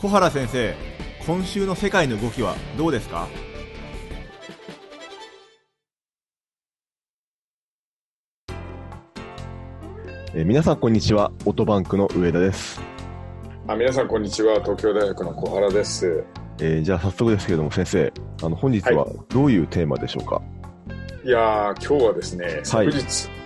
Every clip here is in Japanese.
小原先生、今週の世界の動きはどうですか？ 皆さんこんにちは。オートバンクの上田です。 皆さんこんにちは。東京大学の小原です。 じゃあ早速ですけれども、先生、本日はどういうテーマでしょうか？ いや今日はですね、昨日、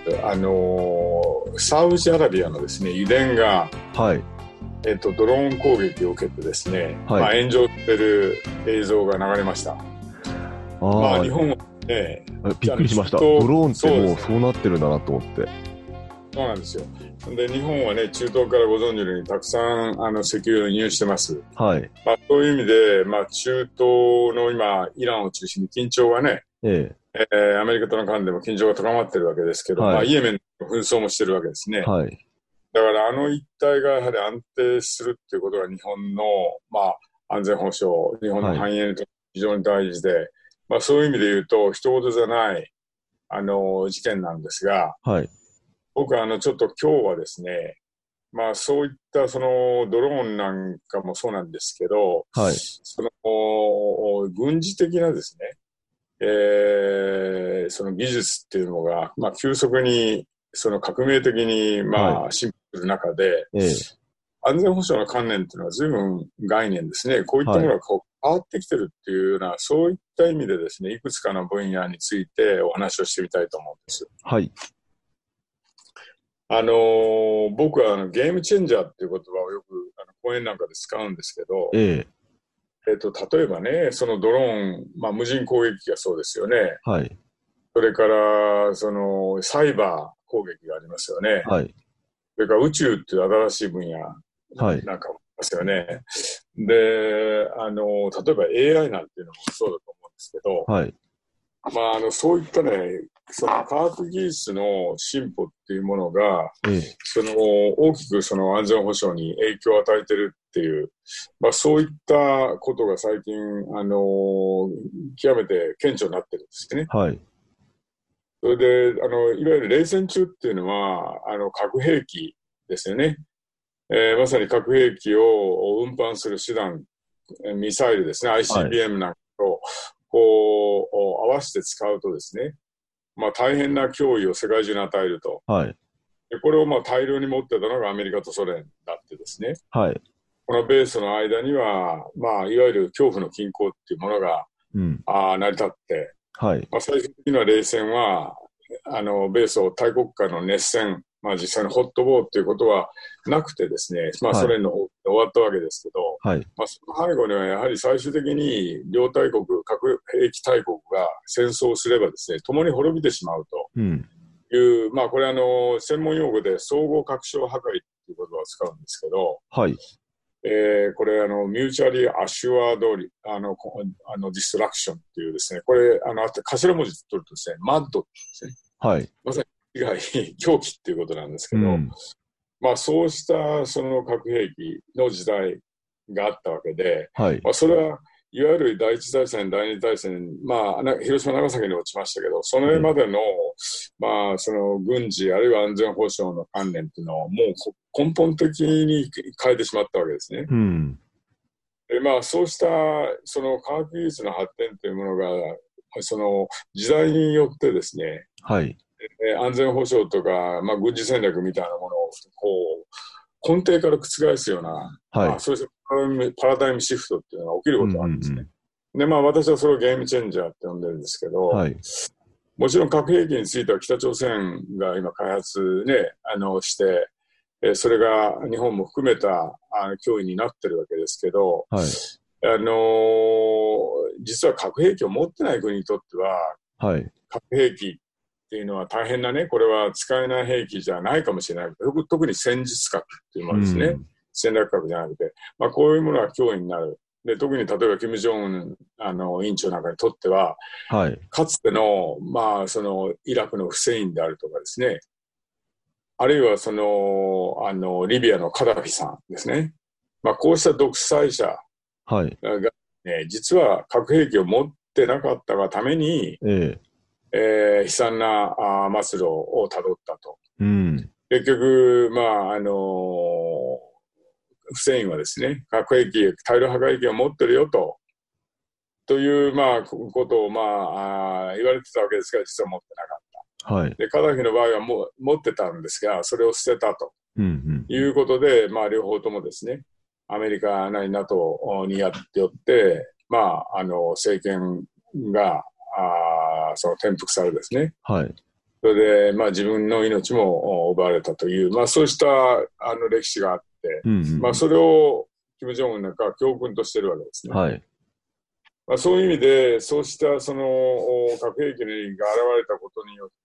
サウジアラビアのですね、油田が、ドローン攻撃を受けてですね、炎上している映像が流れました。日本はね、 びっくりしました。ドローンってもうそうなってるんだなと思って。 そうなんですよ。で、日本はね、中東からご存知のようにたくさん石油を輸入してます。そういう意味で、中東の今、イランを中心に緊張がね、アメリカとの間でも緊張が高まってるわけですけど、イエメンの紛争もしてるわけですね。だから一帯がやはり安定するっていうことが日本の、安全保障、日本の繁栄にとって非常に大事で、そういう意味で言うと、一言じゃない、事件なんですが、僕はちょっと今日はですね、そういったそのドローンなんかもそうなんですけど、その軍事的なですね、その技術っていうのが、急速にその革命的に進歩する中で、安全保障の観念っていうのは随分概念ですね、こういったものが変わってきてるっていうような、そういった意味でですね、いくつかの分野についてお話をしてみたいと思うんです。僕はゲームチェンジャーっていう言葉をよく講演なんかで使うんですけど、例えばね、そのドローン、無人攻撃がそうですよね。それからそのサイバー攻撃がありますよね。それから宇宙っていう新しい分野なんかもありますよね。で、例えば AI なんていうのもそうだと思うんですけど、そういったね、その科学技術の進歩っていうものが、その大きくその安全保障に影響を与えているっていう、そういったことが最近、極めて顕著になってるんですね。それで、いわゆる冷戦中っていうのは、核兵器ですよね。まさに核兵器を運搬する手段、ミサイルですね、ICBM なんかと、合わせて使うとですね、大変な脅威を世界中に与えると。でこれを大量に持ってたのがアメリカとソ連だってですね。この米ソの間には、いわゆる恐怖の均衡っていうものが、成り立って、最終的には冷戦は、米ソ大国間の熱戦、実際のホットボーっていうことはなくてですね、ソ連の方で終わったわけですけど、その背後にはやはり最終的に両大国、核兵器大国が戦争をすればですね、共に滅びてしまうという、これ専門用語で相互拡張破壊っていう言葉を使うんですけど、これミューチャリーアシュアードリディストラクションっていうですね、これ頭文字で取るとですね、マッドってですね、まさに被害狂気っていうことなんですけど、そうしたその核兵器の時代があったわけで、それはいわゆる第一大戦、第二大戦、広島、長崎に落ちましたけど、それまでの、その軍事あるいは安全保障の観念っていうのをもう根本的に変えてしまったわけですね。でそうしたその科学技術の発展というものが、その時代によってですね、安全保障とか、軍事戦略みたいなものを根底から覆すような、そういうパラダイムシフトっていうのが起きることがあるんですね。で、私はそれをゲームチェンジャーって呼んでるんですけど、もちろん核兵器については北朝鮮が今開発ね、して、それが日本も含めた脅威になってるわけですけど、実は核兵器を持ってない国にとっては、核兵器っていうのは大変なね、これは使えない兵器じゃないかもしれないけど、特に戦術核っていうものですね。戦略核じゃなくて、こういうものは脅威になる。で、特に例えば金正恩委員長なんかにとっては、かつての、そのイラクのフセインであるとかですね、あるいはその、リビアのカダフィさんですね。こうした独裁者が、実は核兵器を持ってなかったがために、悲惨な末路をたどったと。結局、 フセインはですね、核兵器、大量破壊兵器を持ってるよという、ことを、言われてたわけですが、実は持ってなかった。 はい。 で、カダフィの場合は持ってたんですが、それを捨てたということで、両方ともですね、アメリカなり NATO にやってよって、政権が、その転覆されですね。 はい。 それで、自分の命も奪われたという、そうした歴史があって、それを金正恩なんかは教訓としてるわけですね。 はい。 そういう意味で、そうしたその核兵器が現れたことによって、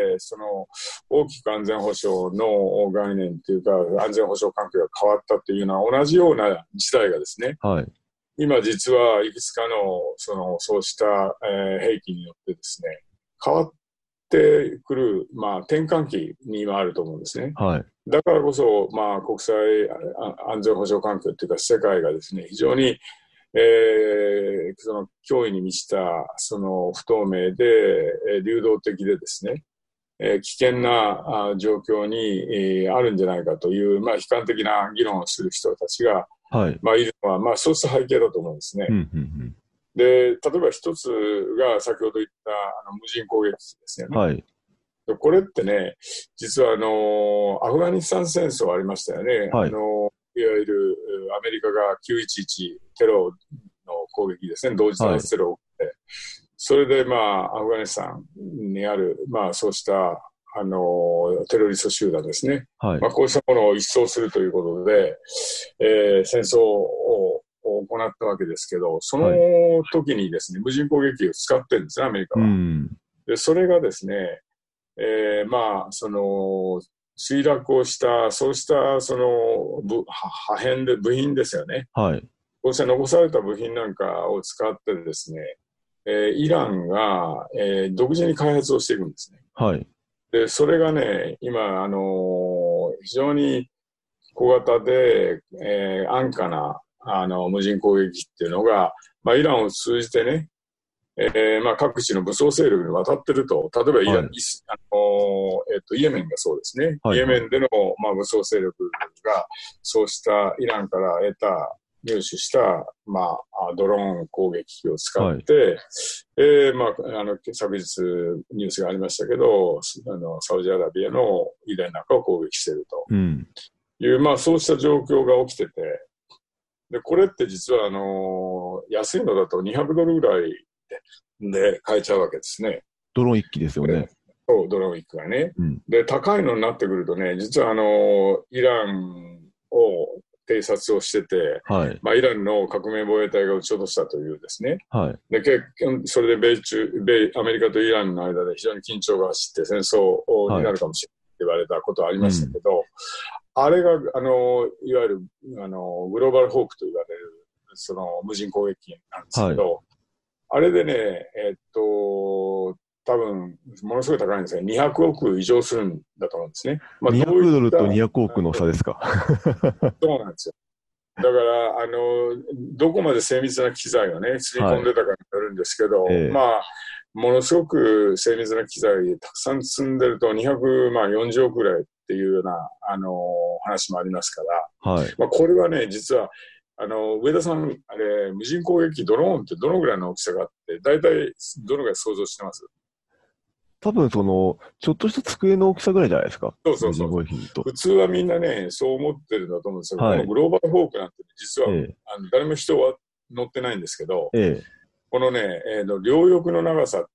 その大きく安全保障の概念というか、安全保障環境が変わったというのは同じような事態がですね、 はい。 今実はいくつかのそうした、兵器によってですね、変わってくる、転換期に今あると思うんですね。 はい。 だからこそ、国際安全保障環境というか世界がですね、非常にその脅威に満ちたその不透明で、流動的でですね、危険な状況に、あるんじゃないかという、悲観的な議論をする人たちが、 はい。 いるのは、そうした背景だと思うんですね。で、例えば一つが先ほど言った無人攻撃ですよね。はい。これってね、実はアフガニスタン戦争ありましたよね。はい。いわゆるアメリカが911テロの攻撃ですね、同時多発テロを起きて、それでアフガニスタンにある、そうしたテロリスト集団ですね、はい。こうしたものを一掃するということで、戦争を行ったわけですけど、その時にですね、無人攻撃を使ってるんですね、アメリカは。で、それがですね、その墜落をした、そうしたその破片で部品ですよね。はい。こうして残された部品なんかを使ってですね、イランが、独自に開発をしていくんですね。はい。で、それがね、今、非常に小型で、安価な、無人攻撃っていうのが、イランを通じてね、各地の武装勢力に渡ってると、例えばイラン、はい、イエメンがそうですね、はいはい、イエメンでの、武装勢力がそうしたイランから入手した、ドローン攻撃機を使って、はい、昨日ニュースがありましたけど、サウジアラビアのイランなんかを攻撃しているという、そうした状況が起きてて、でこれって実は安いのだと200ドルぐらいで買えちゃうわけですね。 ドローン1機ですよね。 そう、ドローン1機がね。で、高いのになってくるとね、実はイランを偵察をしてて、はい、イランの革命防衛隊が撃ち落としたというですね。はい、でそれでアメリカとイランの間で非常に緊張が走って戦争になるかもしれないと言われたことはありましたけど、あれが、いわゆる、グローバルホークと言われる、その無人攻撃機なんですけど、はい、あれでね、多分、ものすごい高いんですが、200億以上するんだと思うんですね。 200ドルと200億の差ですか。 そうなんですよ。だから、どこまで精密な機材をね、積み込んでたかによるんですけど、ものすごく精密な機材たくさん積んでると240億ぐらいっていうような、話もありますから、はい、これはね、実は、上田さん、あれ、無人攻撃ドローンってどのぐらいの大きさがあって、大体どのぐらい想像してます？ 多分ちょっとした机の大きさぐらいじゃないですか。 そう。普通はみんなね、そう思ってるんだと思うんですけど、はい、このグローバルホークなんて、実は、誰も人は乗ってないんですけど、このね、両翼の長さって、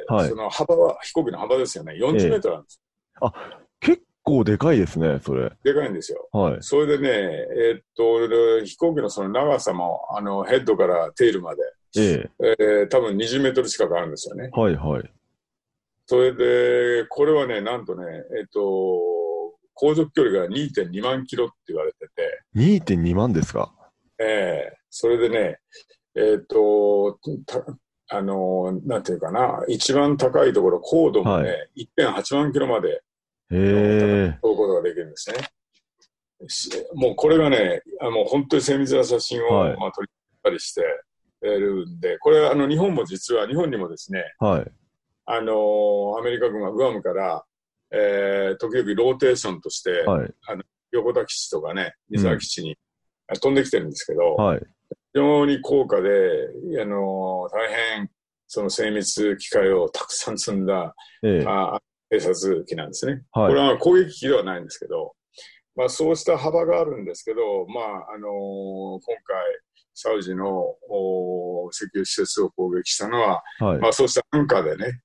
はい、その幅は、飛行機の幅ですよね、40メートルなんです。 結構でかいですね、それ。 でかいんですよ。はい。それでね、飛行機のその長さも、ヘッドからテールまで、多分20メートル近くあるんですよね。はいはい。それで、これはね、なんとね、航続距離が 2.2 万キロって言われてて。 2.2 万ですか？ それでね、なんていうかな、一番高いところ、高度もね、はい、1.8 万キロまで飛ぶことができるんですね。もうこれがね、もう本当に精密な写真を、はい、撮ったりしてるんで、これは日本も実は、日本にもですね、はい、アメリカ軍はグアムから、時々ローテーションとして、はい、横田基地とかね、三沢基地に、 飛んできてるんですけど、 はい。 非常に高価で、大変、その精密機械をたくさん積んだ、 ええ。 偵察機なんですね。 はい。 これは攻撃機ではないんですけど、まあそうした幅があるんですけど、まあ、今回、サウジの石油施設を攻撃したのは、 はい。 まあそうした安価でね、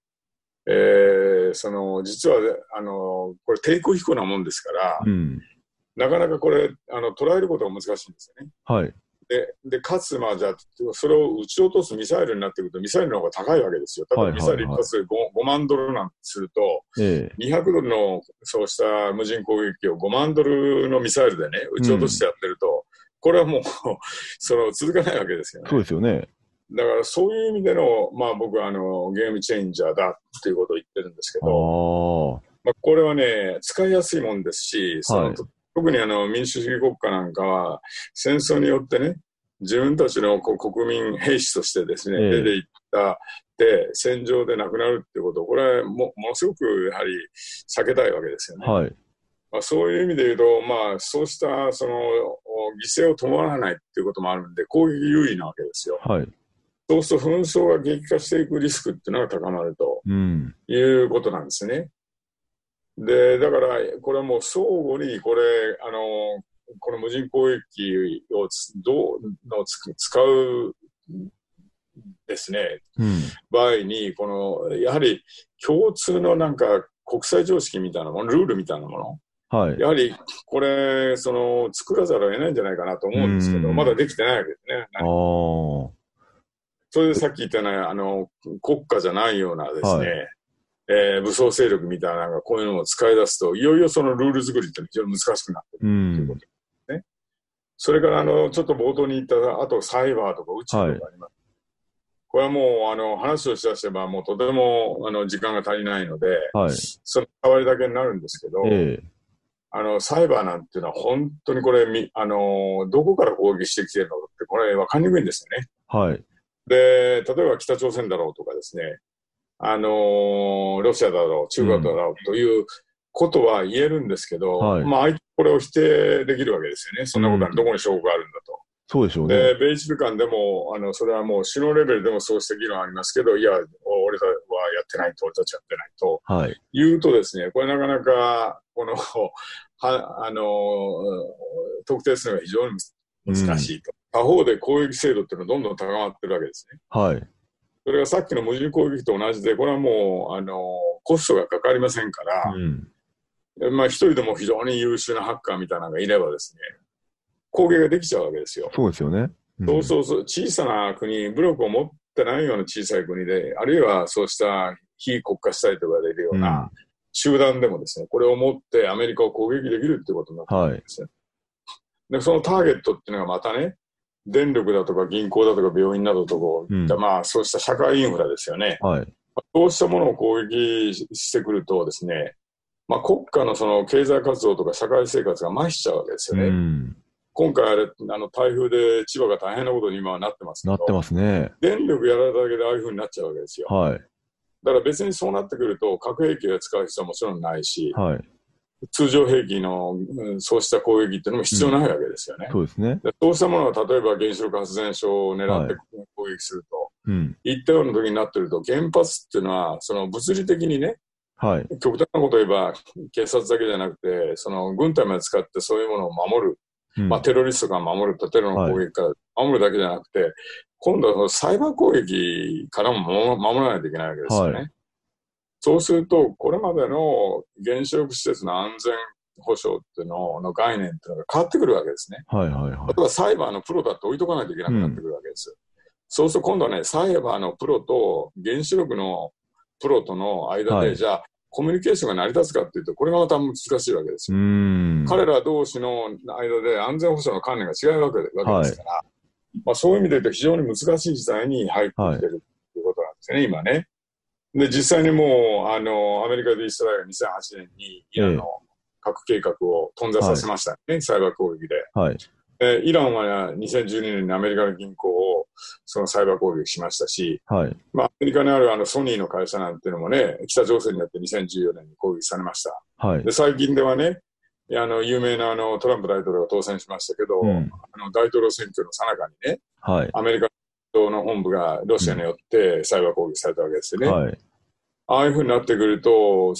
実は、これ低空飛行なもんですから、 うん。 なかなかこれ、捉えることが難しいんですよね。 はい。 で、かつ、まあ、じゃあ、それを撃ち落とすミサイルになってくると、ミサイルの方が高いわけですよ。例えばミサイル一発で 5万ドルなんてすると、200ドルのそうした無人攻撃を5万ドルのミサイルでね、撃ち落としてやってると、これはもう続かないわけですよね。 そうですよね。 だからそういう意味での、まあ僕はゲームチェンジャーだっていうことを言ってるんですけど、まあ、これはね、使いやすいもんですし、特に民主主義国家なんかは、戦争によってね、自分たちの国民兵士としてですね、出ていったで、戦場で亡くなるっていうことを、これはものすごくやはり避けたいわけですよね。はい。まあ、そういう意味で言うと、まあ、そうした犠牲を伴わないっていうこともあるんで、攻撃有利なわけですよ。はい。そうすると紛争が激化していくリスクっていうのが高まるということなんですね。で、だから、これはもう相互に、この無人攻撃を使うですね、場合に、やはり共通のなんか国際常識みたいなもの、ルールみたいなもの、はい、やはりこれ、作らざるを得ないんじゃないかなと思うんですけど、まだできてないわけですね。それでさっき言ったような、国家じゃないようなですね、武装勢力みたいなのがこういうのを使い出すと、いよいよそのルール作りって非常に難しくなってくるということですね。それからちょっと冒頭に言った、あとサイバーとか宇宙とかあります。はい、これはもう話をしだせばもうとても時間が足りないので、はい、その代わりだけになるんですけど、サイバーなんていうのは本当にこれ、どこから攻撃してきてるのってこれ分かりにくいんですよね。はい。で、例えば北朝鮮だろうとかですね、ロシアだろう、中国だろうということは言えるんですけど、まあ、相手これを否定できるわけですよね。そんなことはどこに証拠があるんだと。そうでしょうね。で、米中間でも、それはもう首脳レベルでもそうした議論ありますけど、いや、俺たちはやってないと、俺たちはやってないと。はい。言うとですね、これなかなか、特定するのが非常に難しいと。他方で攻撃精度っていうのはどんどん高まってるわけですね。はい。それがさっきの無人攻撃と同じで、これはもう、コストがかかりませんから、まあ一人でも非常に優秀なハッカーみたいなのがいればですね、攻撃ができちゃうわけですよ。そうですよね。そう、小さな国、武力を持ってないような小さい国で、あるいはそうした非国家主体と言われるような集団でもですね、これを持ってアメリカを攻撃できるってことになってるんですね。で、そのターゲットっていうのがまたね、電力だとか銀行だとか病院などとかいった、まあそうした社会インフラですよね。はい。そうしたものを攻撃してくるとですね、まあ国家のその経済活動とか社会生活が麻痺しちゃうわけですよね。今回台風で千葉が大変なことに今はなってますけど。なってますね。電力やられただけでああいう風になっちゃうわけですよ。はい。だから別にそうなってくると核兵器を使う必要はもちろんないし、はい。通常兵器の、そうした攻撃っていうのも必要ないわけですよね。そうですね。そうしたものは例えば原子力発電所を狙って攻撃すると、いったような時になってると原発っていうのはその物理的にね、はい、極端なことを言えば警察だけじゃなくてその軍隊まで使ってそういうものを守る、まあ、テロリストが守るとテロの攻撃から守るだけじゃなくて、今度はそのサイバー攻撃からも守らないといけないわけですよね。はい、そうすると、これまでの原子力施設の安全保障っていうの概念っていうのが変わってくるわけですね。はいはいはい。例えばサイバーのプロだって置いとかないといけなくなってくるわけです。そうすると今度はね、サイバーのプロと原子力のプロとの間で、じゃあコミュニケーションが成り立つかっていうと、これがまた難しいわけですよ。彼ら同士の間で安全保障の観念が違うわけですから、まあ、そういう意味で言うと非常に難しい時代に入ってきてるということなんですよね、今ね。で、実際にもう、アメリカとイスラエルが2008年にイランの核計画を頓挫させましたね、サイバー攻撃で。はい。イランは2012年にアメリカの銀行をそのサイバー攻撃しましたし、はい。まあ、アメリカにあるソニーの会社なんていうのもね、北朝鮮によって2014年に攻撃されました。はい。で、最近ではね、 有名なトランプ大統領が当選しましたけど、大統領選挙の最中にね、 はい、 アメリカの本部がロシアによってサイバー攻撃されたわけですよね。はい、ああいうふうになってくると、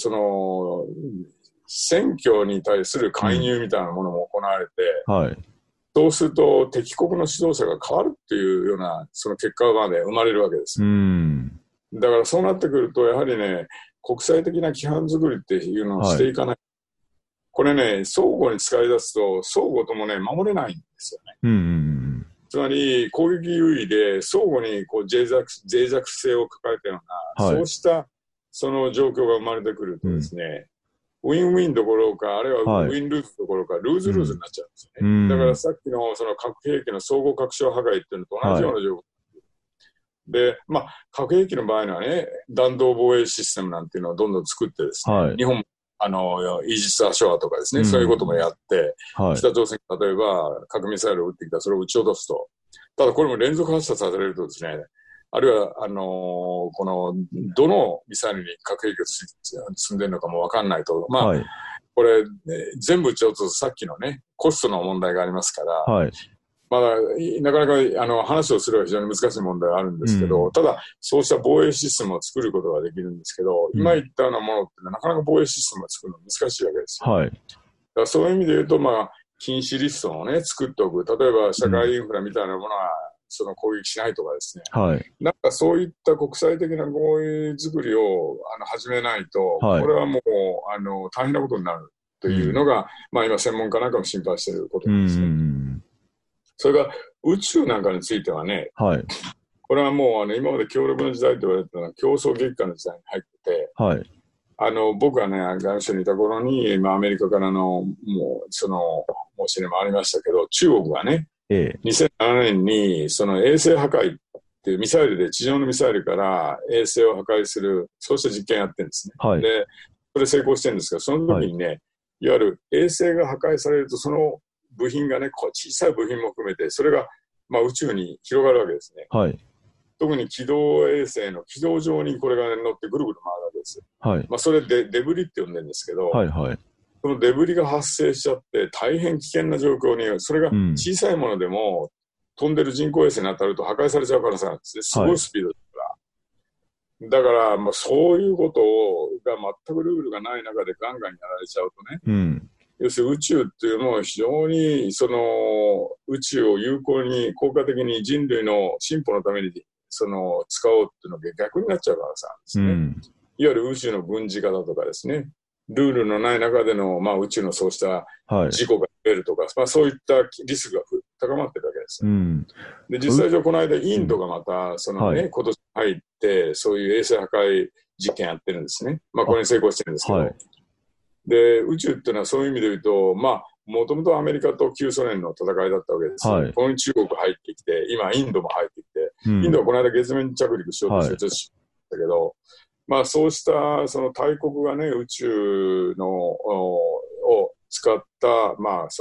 選挙に対する介入みたいなものも行われて、はい、そうすると敵国の指導者が変わるっていうようなその結果まで生まれるわけです。だからそうなってくると、やはりね、国際的な規範作りっていうのをしていかない。はい、これね、相互に使い出すと、相互ともね、守れないんですよね。つまり、攻撃優位で相互にこう脆弱性を抱えたような、はい、そうしたその状況が生まれてくるとですね、ウィンウィンどころか、あるいはウィンルーズどころか、ルーズルーズになっちゃうんですよね。だからさっきのその核兵器の相互拡張破壊っていうのと同じような状況。で、核兵器の場合にはね、弾道防衛システムなんていうのをどんどん作ってですね、日本もイージス・アショアとかですね、そういうこともやって、北朝鮮が例えば核ミサイルを撃ってきたらそれを撃ち落とすと。ただこれも連続発射されるとですね、あるいは、どのミサイルに核兵器が積んでるのかもわかんないと。これ、全部撃ち落とすとさっきのね、コストの問題がありますから、まだ、なかなか、話をするのは非常に難しい問題があるんですけど、ただ、そうした防衛システムを作ることができるんですけど、今言ったようなものってなかなか防衛システムを作るの難しいわけですよ。だからそういう意味で言うと、禁止リストをね、作っておく。例えば、社会インフラみたいなものは、その攻撃しないとかですね。なんかそういった国際的な合意作りを始めないと、これはもう、大変なことになるというのが、今専門家なんかも心配していることですね。それが宇宙なんかについてはね、これはもう今まで協力の時代と言われてたのは競争激化の時代に入ってて、僕がね、外務省にいた頃に、アメリカからの、もう、申し入れもありましたけど、中国がね、2007年に、その衛星破壊っていうミサイルで、地上のミサイルから衛星を破壊する、そうした実験やってるんですね。で、それ成功してるんですが、その時にね、いわゆる衛星が破壊されると、その部品がね、小さい部品も含めて、それが、宇宙に広がるわけですね。特に軌道衛星の軌道上にこれが乗ってぐるぐる回るわけです。それでデブリって呼んでるんですけど、そのデブリが発生しちゃって大変危険な状況に、それが小さいものでも飛んでる人工衛星に当たると破壊されちゃう可能性があるんですね。すごいスピードだから。だから、そういうことが全くルールがない中でガンガンやられちゃうとね、要するに宇宙っていうのは非常にその宇宙を有効に効果的に人類の進歩のために使おうっていうのが逆になっちゃうからさですね。いわゆる宇宙の軍事化だとかですね、ルールのない中での、宇宙のそうした事故が増えるとか、そういったリスクが高まってるわけですよ。で、実際上この間インドがまた今年入ってそういう衛星破壊実験やってるんですね。これに成功してるんですけど。で、宇宙っていうのはそういう意味で言うと、もともとアメリカと旧ソ連の戦いだったわけですよ。ここに中国入ってきて、今インドも入ってきて、インドはこの間月面着陸しようとして、しましたけど、そうしたその大国がね、宇宙を使った、覇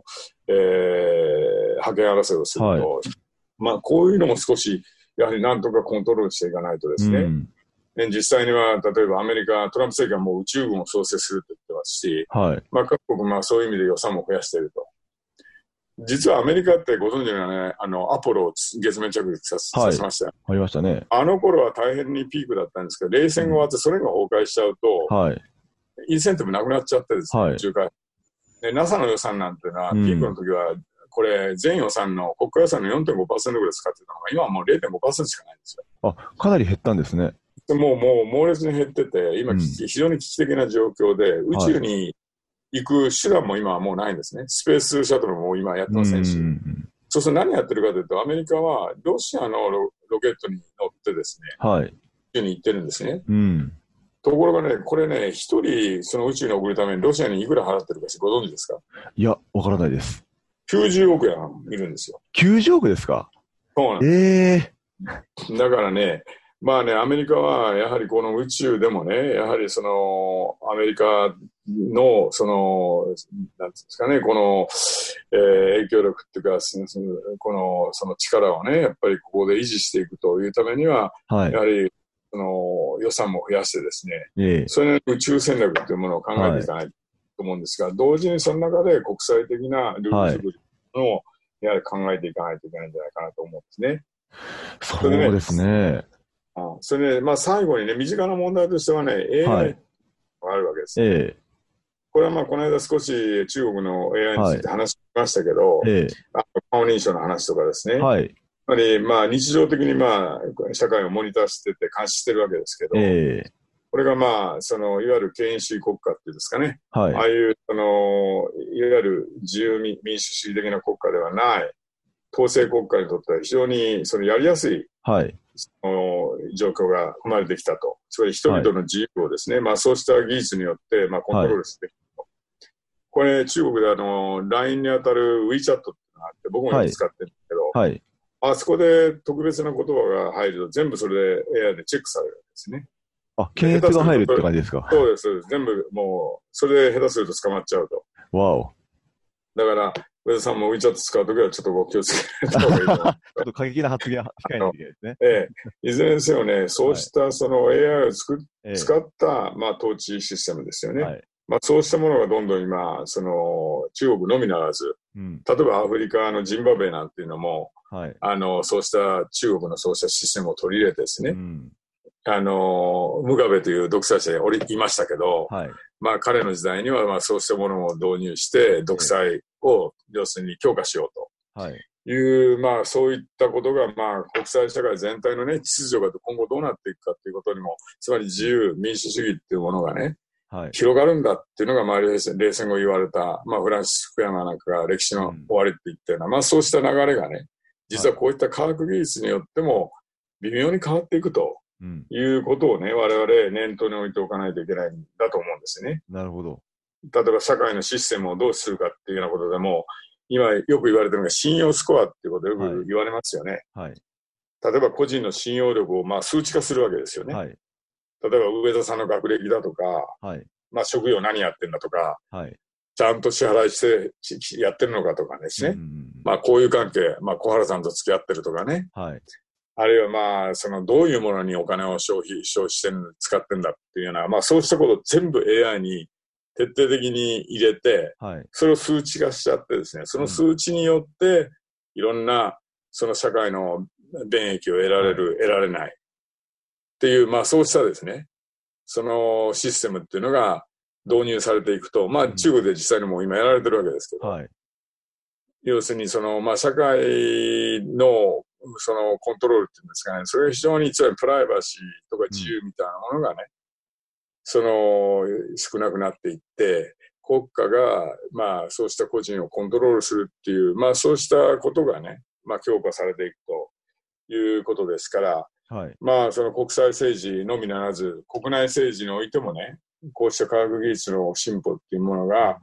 権争いをすると、こういうのも少し、やはりなんとかコントロールしていかないとですね、実際には、例えばアメリカ、トランプ政権はもう宇宙軍を創設すると言ってますし、各国、そういう意味で予算も増やしていると。実はアメリカってご存知のようなね、アポロを月面着陸させましたよ。 ありましたね。 あの頃は大変にピークだったんですけど、冷戦が終わってソ連が崩壊しちゃうと、インセンティブなくなっちゃってですね、中華。で、NASA の予算なんていうのは、ピークの時は、これ、全予算の、国家予算の 4.5% ぐらい使ってたのが、今はもう 0.5% しかないんですよ。 かなり減ったんですね。 もう猛烈に減ってて、今、非常に危機的な状況で、宇宙に行く手段も今はもうないんですね。スペースシャトルも今やってませんし。そうすると何やってるかというと、アメリカはロシアのロケットに乗ってですね、宇宙に行ってるんですね。ところがね、これね、一人その宇宙に送るためにロシアにいくら払ってるかご存知ですか？ いや、わからないです。 90億円いるんですよ。 90億ですか？ そうなんです。だからね、アメリカはやはりこの宇宙でもね、やはりそのアメリカのそのなんですかね、この、影響力っていうかその力をね、やっぱりここで維持していくというためには、やはりその予算も増やしてですね、それの宇宙戦略というものを考えていかない。 と思うんですが、同時にその中で国際的なルール作りをやはり考えていかないといけないんじゃないかなと思うんですね。 そうですね。 それで、最後にね、身近な問題としてはね、AI があるわけです。これはこの間少し中国の AI について話しましたけど、顔認証の話とかですね。やっぱり日常的に社会をモニターしてて監視してるわけですけど、これがいわゆる権威主義国家っていうんですかね。ああいう、いわゆる自由民主主義的な国家ではない、統制国家にとっては非常にやりやすい、状況が生まれてきたと。つまり人々の自由をですね、そうした技術によってコントロールしてきたと。これ中国でLINE にあたる WeChat っていうのがあって、僕もよく使ってるんですけど、あそこで特別な言葉が入ると全部それで AI でチェックされるんですね。 検閲が入るって感じですか？ そうです。全部もう、それで下手すると捕まっちゃうと。 わお。 だから、上田さんも WeChat 使うときはちょっとご気をつけた方がいいと思う。ちょっと過激な発言は控えないといけないですね。 いずれにせよね、そうしたAI を使った、統治システムですよね。そうしたものがどんどん今、中国のみならず、例えばアフリカのジンバブエなんていうのも、そうした中国のそうしたシステムを取り入れてですね、ムガベという独裁者がいましたけど、彼の時代にはそうしたものを導入して独裁を要するに強化しようという、そういったことが国際社会全体のね秩序が今後どうなっていくかということにも、つまり自由民主主義っていうものがね、広がるんだっていうのが冷戦後言われた、フランシス・フクヤマなんかが歴史の終わりって言ったような、そうした流れがね、実はこういった科学技術によっても微妙に変わっていくということをね、我々念頭に置いておかないといけないんだと思うんですね。 なるほど。 例えば社会のシステムをどうするかっていうようなことでも、今よく言われてるのが信用スコアっていうことをよく言われますよね。例えば個人の信用力を数値化するわけですよね。例えば上田さんの学歴だとか、職業何やってんだとか、ちゃんと支払いしてやってるのかとかですね。こういう関係、小原さんと付き合ってるとかね。あるいはどういうものにお金を消費して使ってんだっていうような、そうしたことを全部 AI に徹底的に入れて、それを数値化しちゃってですね、その数値によって、いろんな、その社会の便益を得られる、得られない。っていう、そうしたですね、そのシステムっていうのが導入されていくと、中国で実際にもう今やられてるわけですけど、要するに社会のコントロールっていうんですかね、それが非常に、つまりプライバシーとか自由みたいなものがね、少なくなっていって、国家が、そうした個人をコントロールするっていう、そうしたことがね、強化されていくということですから、その国際政治のみならず、国内政治においてもね、こうした科学技術の進歩っていうものが、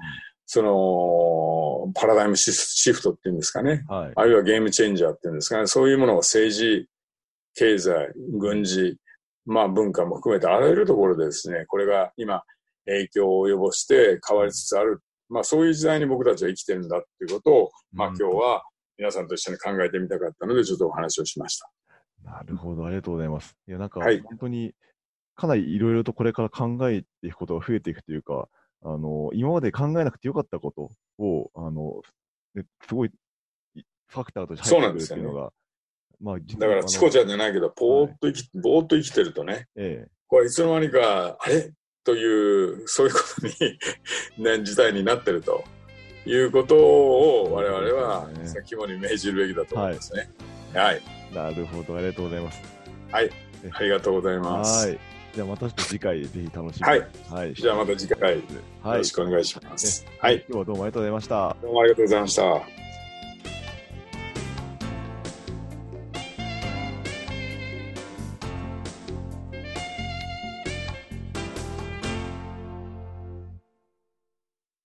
パラダイムシフトっていうんですかね、あるいはゲームチェンジャーっていうんですかね、そういうものを政治、経済、軍事、文化も含めてあらゆるところでですね、これが今影響を及ぼして変わりつつある。そういう時代に僕たちは生きてるんだっていうことを、今日は皆さんと一緒に考えてみたかったので、ちょっとお話をしました。 なるほど、ありがとうございます。いや、本当にかなりいろいろとこれから考えていくことが増えていくというか、今まで考えなくてよかったことを、すごいファクターとして入ってくるっていうのが、 だからチコちゃんじゃないけど、ぼーっと生きてるとね、これいつの間にか、あれという、そういうことに、事態になってるということを、我々は肝に銘じるべきだと思いますね。 なるほど、ありがとうございます。 ありがとうございます。 じゃあまた次回ぜひ楽しみに。じゃあまた次回よろしくお願いします。 今日はどうもありがとうございました。 どうもありがとうございました。